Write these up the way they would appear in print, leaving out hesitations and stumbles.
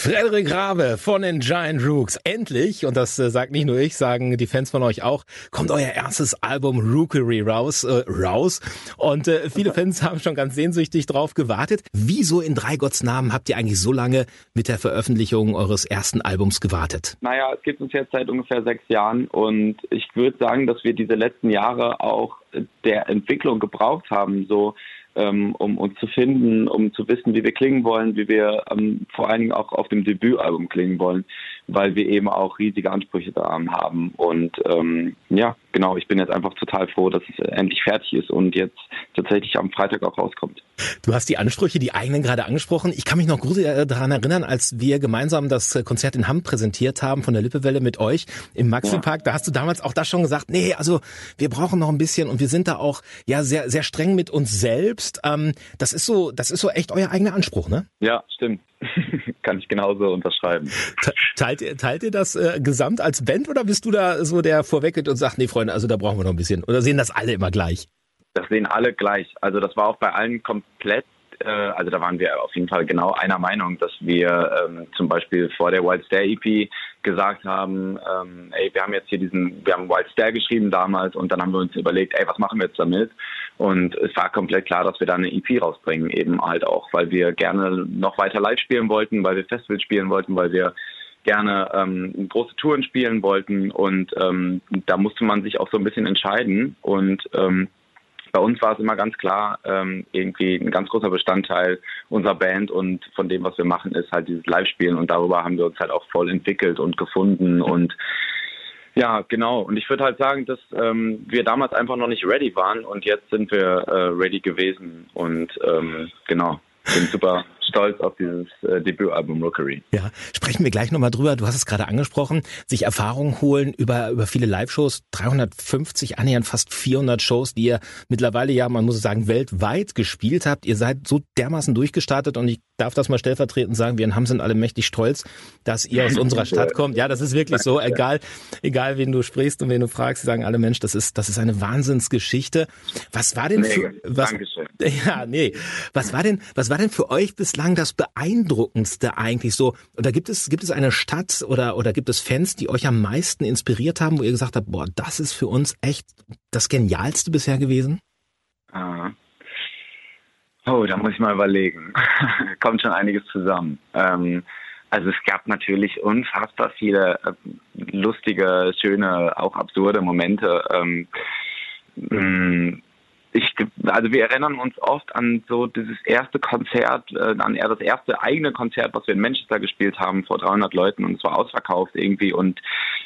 Frederik Rabe von den Giant Rooks. Endlich, und das sagt nicht nur ich, sagen die Fans von euch auch, kommt euer erstes Album Rookery raus. Und viele Fans haben schon ganz sehnsüchtig drauf gewartet. Wieso in Dreigottes Namen habt ihr eigentlich so lange mit der Veröffentlichung eures ersten Albums gewartet? Naja, es gibt uns jetzt seit ungefähr 6 Jahren und ich würde sagen, dass wir diese letzten Jahre auch der Entwicklung gebraucht haben, so um uns zu finden, um zu wissen, wie wir klingen wollen, wie wir vor allen Dingen auch auf dem Debütalbum klingen wollen, weil wir eben auch riesige Ansprüche da haben. Und ja, genau, ich bin jetzt einfach total froh, dass es endlich fertig ist und jetzt tatsächlich am Freitag auch rauskommt. Du hast die Ansprüche, die eigenen gerade angesprochen. Ich kann mich noch gut daran erinnern, als wir gemeinsam das Konzert in Hamm präsentiert haben von der Lippewelle mit euch im Maxi-Park. Da hast du damals auch das schon gesagt, nee, also wir brauchen noch ein bisschen und wir sind da auch ja sehr, sehr streng mit uns selbst. Das ist so echt euer eigener Anspruch, ne? Ja, stimmt. Kann ich genauso unterschreiben. Teilt ihr das gesamt als Band oder bist du da so der vorweggeht und sagt, nee, Freunde, also da brauchen wir noch ein bisschen? Oder sehen das alle immer gleich? Das sehen alle gleich. Also das war auch bei allen komplett. Also da waren wir auf jeden Fall genau einer Meinung, dass wir zum Beispiel vor der Wild Stare EP gesagt haben, wir haben jetzt hier wir haben Wild Stare geschrieben damals und dann haben wir uns überlegt, was machen wir jetzt damit? Und es war komplett klar, dass wir da eine EP rausbringen, eben halt auch, weil wir gerne noch weiter live spielen wollten, weil wir Festivals spielen wollten, weil wir gerne große Touren spielen wollten und da musste man sich auch so ein bisschen entscheiden und bei uns war es immer ganz klar, irgendwie ein ganz großer Bestandteil unserer Band und von dem, was wir machen, ist halt dieses Live-Spielen und darüber haben wir uns halt auch voll entwickelt und gefunden und ja, genau. Und ich würde halt sagen, dass wir damals einfach noch nicht ready waren und jetzt sind wir ready gewesen und genau, bin super stolz auf dieses Debütalbum Rookery. Ja, sprechen wir gleich nochmal drüber. Du hast es gerade angesprochen, sich Erfahrungen holen über viele Live-Shows, 350, annähernd fast 400 Shows, die ihr mittlerweile ja, man muss sagen, weltweit gespielt habt. Ihr seid so dermaßen durchgestartet und ich darf das mal stellvertretend sagen, wir in Hamm sind alle mächtig stolz, dass ihr aus unserer Stadt kommt. Ja, das ist wirklich so, egal wen du sprichst und wen du fragst, sie sagen alle, Mensch, das ist eine Wahnsinnsgeschichte. Was war denn Dankeschön. Ja, nee. Was war denn für euch bislang das Beeindruckendste eigentlich so? Oder gibt es eine Stadt oder gibt es Fans, die euch am meisten inspiriert haben, wo ihr gesagt habt, boah, das ist für uns echt das Genialste bisher gewesen? Oh, da muss ich mal überlegen. Kommt schon einiges zusammen. Also es gab natürlich unfassbar viele lustige, schöne, auch absurde Momente. Also wir erinnern uns oft an so dieses erste Konzert, an das erste eigene Konzert, was wir in Manchester gespielt haben vor 300 Leuten und es war ausverkauft irgendwie und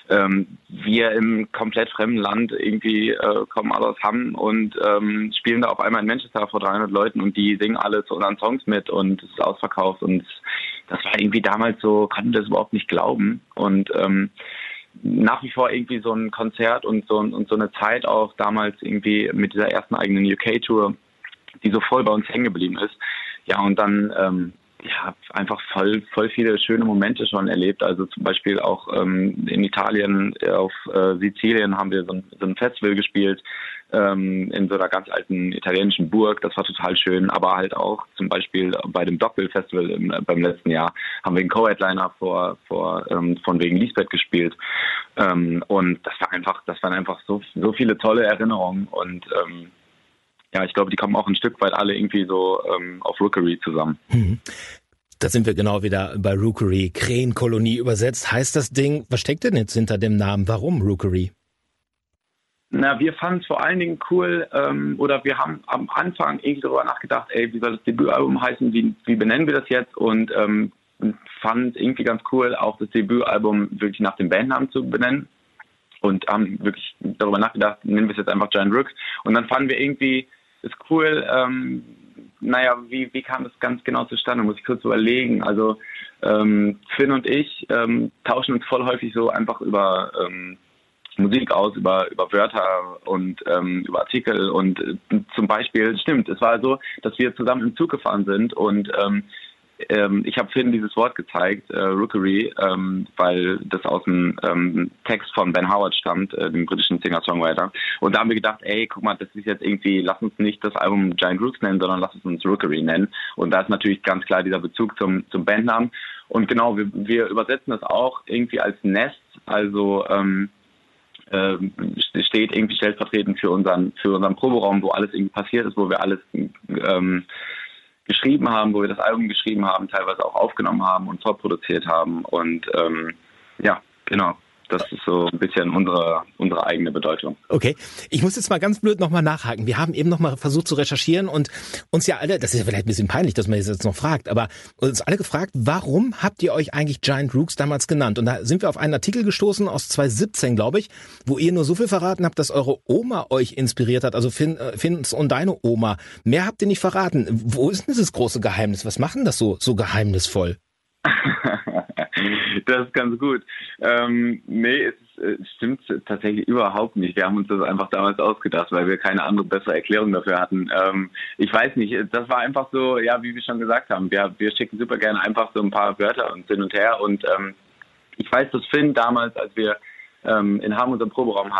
wir im komplett fremden Land irgendwie kommen alle aus Hamm und spielen da auf einmal in Manchester vor 300 Leuten und die singen alle zu unseren Songs mit und es ist ausverkauft und das war irgendwie damals so, konnten wir das überhaupt nicht glauben und nach wie vor irgendwie so ein Konzert und so eine Zeit auch damals irgendwie mit dieser ersten eigenen UK-Tour, die so voll bei uns hängen geblieben ist. Ja, und dann einfach voll viele schöne Momente schon erlebt. Also zum Beispiel auch in Italien, auf Sizilien haben wir so ein Festival gespielt, in so einer ganz alten italienischen Burg. Das war total schön. Aber halt auch zum Beispiel bei dem Doppel-Festival beim letzten Jahr haben wir einen Co-Headliner von wegen Lisbeth gespielt. Und das waren einfach so viele tolle Erinnerungen und ja, ich glaube, die kommen auch ein Stück weit alle irgendwie so auf Rookery zusammen. Da sind wir genau wieder bei Rookery, Krähenkolonie übersetzt. Heißt das Ding, was steckt denn jetzt hinter dem Namen? Warum Rookery? Na, wir fanden es vor allen Dingen cool, oder wir haben am Anfang irgendwie darüber nachgedacht, wie soll das Debütalbum heißen, wie benennen wir das jetzt? Und fand irgendwie ganz cool, auch das Debütalbum wirklich nach dem Bandnamen zu benennen. Und haben wirklich darüber nachgedacht, nennen wir es jetzt einfach Giant Rooks. Und dann fanden wir irgendwie, ist cool, wie kam das ganz genau zustande? Muss ich kurz überlegen. Also Finn und ich tauschen uns voll häufig so einfach über Musik aus, über Wörter und über Artikel und zum Beispiel, stimmt, es war so, dass wir zusammen im Zug gefahren sind und ich habe Finn dieses Wort gezeigt, Rookery, weil das aus dem Text von Ben Howard stammt, dem britischen Singer-Songwriter. Und da haben wir gedacht, guck mal, das ist jetzt irgendwie, lass uns nicht das Album Giant Rooks nennen, sondern lass es uns Rookery nennen. Und da ist natürlich ganz klar dieser Bezug zum Bandnamen. Und genau, wir übersetzen das auch irgendwie als Nest, also steht irgendwie stellvertretend für unseren Proberaum, wo alles irgendwie passiert ist, wo wir alles geschrieben haben, wo wir das Album geschrieben haben, teilweise auch aufgenommen haben und vorproduziert haben. Und ja, genau. Das ist so ein bisschen unsere eigene Bedeutung. Okay, ich muss jetzt mal ganz blöd nochmal nachhaken. Wir haben eben nochmal versucht zu recherchieren und uns ja alle, das ist ja vielleicht ein bisschen peinlich, dass man das jetzt noch fragt, aber uns alle gefragt, warum habt ihr euch eigentlich Giant Rooks damals genannt? Und da sind wir auf einen Artikel gestoßen aus 2017, glaube ich, wo ihr nur so viel verraten habt, dass eure Oma euch inspiriert hat, also Finns und deine Oma. Mehr habt ihr nicht verraten. Wo ist denn dieses große Geheimnis? Was machen das so geheimnisvoll? Das ist ganz gut. Nee, es stimmt tatsächlich überhaupt nicht. Wir haben uns das einfach damals ausgedacht, weil wir keine andere bessere Erklärung dafür hatten. Ich weiß nicht, das war einfach so, ja, wie wir schon gesagt haben. Wir schicken super gerne einfach so ein paar Wörter uns hin und her. Und ich weiß, dass Finn damals, als wir in Hamm unseren Proberaum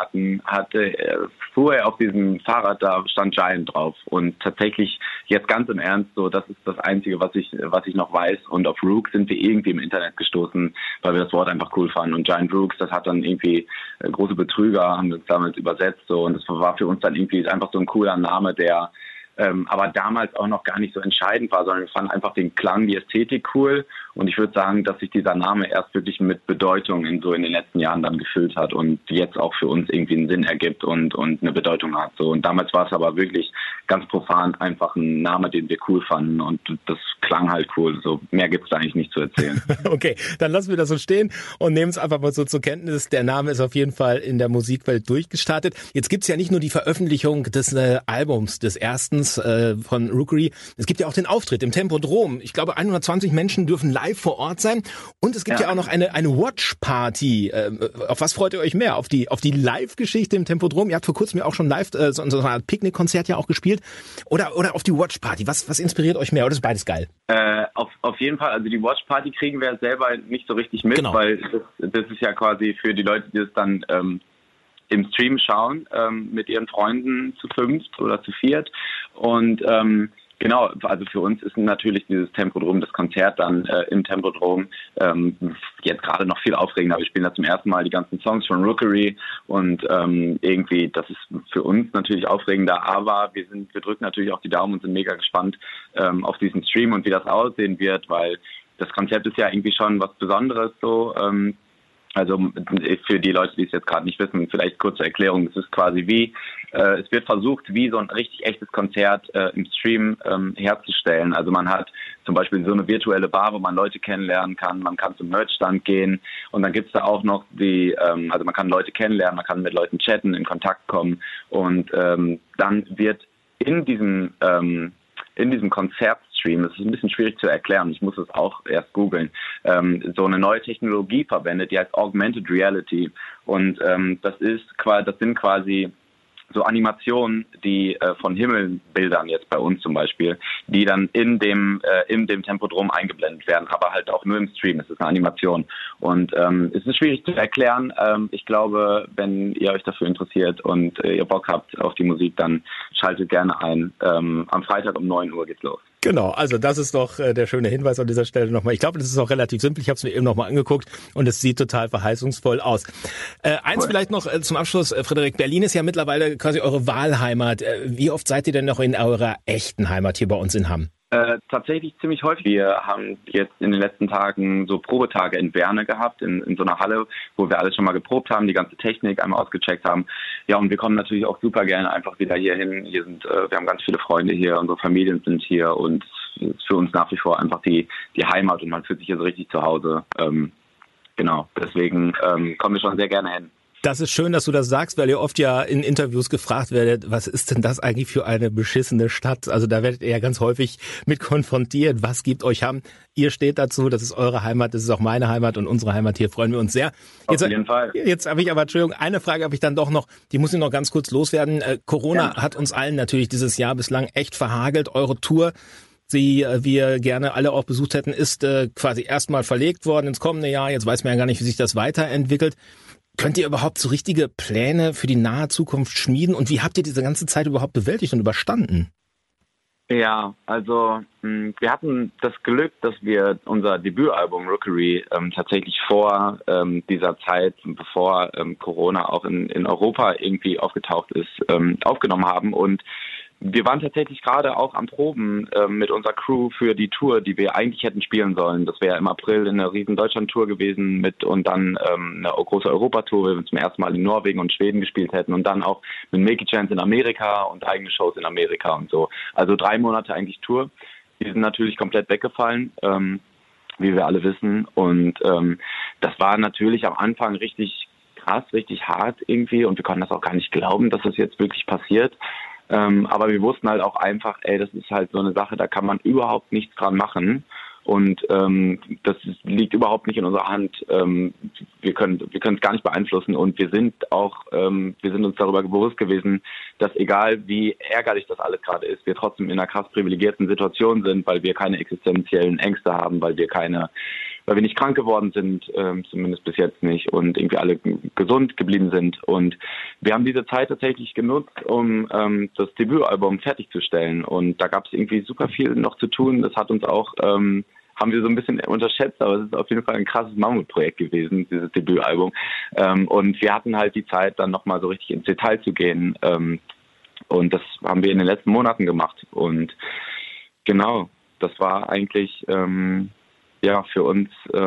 fuhr er auf diesem Fahrrad, da stand Giant drauf. Und tatsächlich, jetzt ganz im Ernst, so, das ist das Einzige, was ich noch weiß. Und auf Rooks sind wir irgendwie im Internet gestoßen, weil wir das Wort einfach cool fanden. Und Giant Rooks, das hat dann irgendwie große Betrüger, haben wir uns damit übersetzt. So. Und das war für uns dann irgendwie einfach so ein cooler Name, der aber damals auch noch gar nicht so entscheidend war, sondern wir fanden einfach den Klang, die Ästhetik cool. Und ich würde sagen, dass sich dieser Name erst wirklich mit Bedeutung in den letzten Jahren dann gefüllt hat und jetzt auch für uns irgendwie einen Sinn ergibt und eine Bedeutung hat. So. Und damals war es aber wirklich ganz profan einfach ein Name, den wir cool fanden und das klang halt cool. So mehr gibt es eigentlich nicht zu erzählen. Okay, dann lassen wir das so stehen und nehmen es einfach mal so zur Kenntnis. Der Name ist auf jeden Fall in der Musikwelt durchgestartet. Jetzt gibt's ja nicht nur die Veröffentlichung des Albums, des ersten von Rookery. Es gibt ja auch den Auftritt im Tempodrom. Ich glaube, 120 Menschen dürfen live vor Ort sein. Und es gibt ja auch noch eine Watch-Party. Auf was freut ihr euch mehr? Auf die Live-Geschichte im Tempodrom? Ihr habt vor kurzem ja auch schon live so eine Art Picknick-Konzert ja auch gespielt. Oder auf die Watch-Party? Was inspiriert euch mehr? Oder ist beides geil? Auf jeden Fall. Also die Watch-Party kriegen wir selber nicht so richtig mit, genau. Weil das ist ja quasi für die Leute, die es dann im Stream schauen, mit ihren Freunden zu 5 oder zu 4. Und genau, also für uns ist natürlich dieses Tempodrom, das Konzert dann im Tempodrom jetzt gerade noch viel aufregender. Wir spielen da zum ersten Mal die ganzen Songs von Rookery und irgendwie, das ist für uns natürlich aufregender, aber wir drücken natürlich auch die Daumen und sind mega gespannt auf diesen Stream und wie das aussehen wird, weil das Konzept ist ja irgendwie schon was Besonderes so. Also für die Leute, die es jetzt gerade nicht wissen, vielleicht kurze Erklärung. Es ist quasi es wird versucht, wie so ein richtig echtes Konzert im Stream herzustellen. Also man hat zum Beispiel so eine virtuelle Bar, wo man Leute kennenlernen kann. Man kann zum Merchstand gehen und dann gibt's da auch noch also man kann Leute kennenlernen, man kann mit Leuten chatten, in Kontakt kommen und dann wird in diesem Konzertstream, das ist ein bisschen schwierig zu erklären, ich muss es auch erst googeln, so eine neue Technologie verwendet, die heißt Augmented Reality. Und das sind quasi so Animationen, die von Himmelbildern jetzt bei uns zum Beispiel, die dann in dem Tempodrom eingeblendet werden, aber halt auch nur im Stream. Es ist eine Animation. Und es ist schwierig zu erklären. Ich glaube, wenn ihr euch dafür interessiert und ihr Bock habt auf die Musik, dann schaltet gerne ein. Am Freitag um 9 Uhr geht's los. Genau, also das ist doch der schöne Hinweis an dieser Stelle nochmal. Ich glaube, das ist auch relativ simpel. Ich habe es mir eben nochmal angeguckt und es sieht total verheißungsvoll aus. Eins vielleicht noch zum Abschluss, Frederik. Berlin ist ja mittlerweile quasi eure Wahlheimat. Wie oft seid ihr denn noch in eurer echten Heimat hier bei uns in Hamm? Tatsächlich ziemlich häufig. Wir haben jetzt in den letzten Tagen so Probetage in Berne gehabt, in so einer Halle, wo wir alles schon mal geprobt haben, die ganze Technik einmal ausgecheckt haben. Ja, und wir kommen natürlich auch super gerne einfach wieder hier hin. Wir haben ganz viele Freunde hier, unsere Familien sind hier und es ist für uns nach wie vor einfach die Heimat und man fühlt sich hier so richtig zu Hause. Genau, deswegen kommen wir schon sehr gerne hin. Das ist schön, dass du das sagst, weil ihr oft ja in Interviews gefragt werdet, was ist denn das eigentlich für eine beschissene Stadt? Also da werdet ihr ja ganz häufig mit konfrontiert. Was gibt euch Hamm? Ihr steht dazu, das ist eure Heimat, das ist auch meine Heimat und unsere Heimat hier, freuen wir uns sehr. Auf jeden Fall. Jetzt habe ich aber, Entschuldigung, eine Frage habe ich dann doch noch, die muss ich noch ganz kurz loswerden. Corona hat uns allen natürlich dieses Jahr bislang echt verhagelt. Eure Tour, die wir gerne alle auch besucht hätten, ist quasi erstmal verlegt worden ins kommende Jahr. Jetzt weiß man ja gar nicht, wie sich das weiterentwickelt. Könnt ihr überhaupt so richtige Pläne für die nahe Zukunft schmieden? Und wie habt ihr diese ganze Zeit überhaupt bewältigt und überstanden? Ja, also wir hatten das Glück, dass wir unser Debütalbum Rookery tatsächlich vor dieser Zeit, bevor Corona auch in Europa irgendwie aufgetaucht ist, aufgenommen haben. Und wir waren tatsächlich gerade auch am Proben mit unserer Crew für die Tour, die wir eigentlich hätten spielen sollen. Das wäre im April eine riesen Deutschland-Tour gewesen und dann eine große Europatour, wo wir zum ersten Mal in Norwegen und Schweden gespielt hätten und dann auch mit Milky Chance in Amerika und eigene Shows in Amerika und so. Also 3 Monate eigentlich Tour. Die sind natürlich komplett weggefallen, wie wir alle wissen. Und das war natürlich am Anfang richtig krass, richtig hart irgendwie und wir konnten das auch gar nicht glauben, dass das jetzt wirklich passiert. Aber wir wussten halt auch einfach, das ist halt so eine Sache, da kann man überhaupt nichts dran machen. Und liegt überhaupt nicht in unserer Hand. Wir können es gar nicht beeinflussen. Und wir sind uns darüber bewusst gewesen, dass egal wie ärgerlich das alles gerade ist, wir trotzdem in einer krass privilegierten Situation sind, weil wir keine existenziellen Ängste haben, weil wir nicht krank geworden sind, zumindest bis jetzt nicht, und irgendwie alle gesund geblieben sind. Und wir haben diese Zeit tatsächlich genutzt, um das Debütalbum fertigzustellen. Und da gab es irgendwie super viel noch zu tun. Das hat uns auch, haben wir so ein bisschen unterschätzt, aber es ist auf jeden Fall ein krasses Mammutprojekt gewesen, dieses Debütalbum. Und wir hatten halt die Zeit, dann nochmal so richtig ins Detail zu gehen. Und das haben wir in den letzten Monaten gemacht. Und genau, das war eigentlich für uns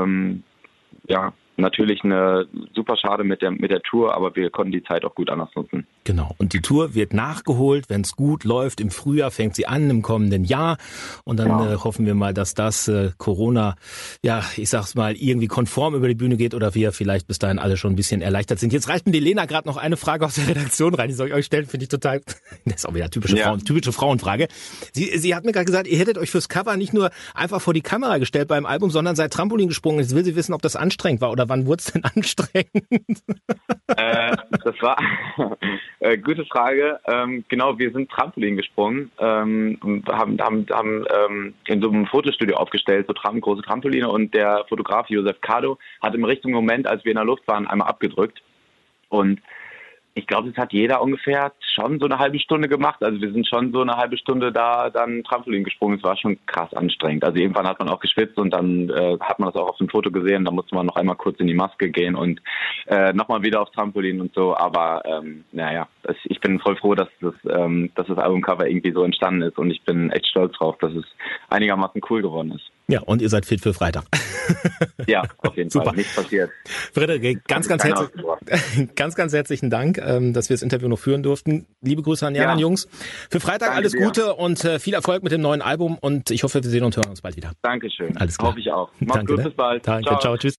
natürlich eine super schade mit der Tour, aber wir konnten die Zeit auch gut anders nutzen. Genau. Und die Tour wird nachgeholt, wenn es gut läuft. Im Frühjahr fängt sie an, im kommenden Jahr. Und dann hoffen wir mal, dass das Corona, ich sag's mal, irgendwie konform über die Bühne geht oder wir vielleicht bis dahin alle schon ein bisschen erleichtert sind. Jetzt reicht mir die Lena gerade noch eine Frage aus der Redaktion rein. Die soll ich euch stellen, finde ich total, das ist auch wieder typische Frauenfrage. Sie hat mir gerade gesagt, ihr hättet euch fürs Cover nicht nur einfach vor die Kamera gestellt beim Album, sondern seid Trampolin gesprungen. Jetzt will sie wissen, ob das anstrengend war oder wann wurde es denn anstrengend? Das war gute Frage. Genau, wir sind Trampolin gesprungen, haben in so einem Fotostudio aufgestellt, so große Trampoline, und der Fotograf Josef Kado hat im richtigen Moment, als wir in der Luft waren, einmal abgedrückt. Und ich glaube, das hat jeder ungefähr schon so eine halbe Stunde gemacht. Also wir sind schon so eine halbe Stunde da dann Trampolin gesprungen. Es war schon krass anstrengend. Also irgendwann hat man auch geschwitzt und dann hat man das auch auf dem Foto gesehen. Da musste man noch einmal kurz in die Maske gehen und nochmal wieder aufs Trampolin und so. Aber ich bin voll froh, dass das Albumcover irgendwie so entstanden ist. Und ich bin echt stolz drauf, dass es einigermaßen cool geworden ist. Ja, und ihr seid fit für Freitag. Ja, auf jeden Fall. Nichts passiert. Frederik, ganz herzlichen Dank, dass wir das Interview noch führen durften. Liebe Grüße an die anderen Jungs. Für Freitag Danke alles dir. Gute und viel Erfolg mit dem neuen Album und ich hoffe, wir sehen und hören uns bald wieder. Dankeschön. Alles klar. Hoffe ich auch. Mach's Danke, gut, bis bald. Danke, ciao, tschüss.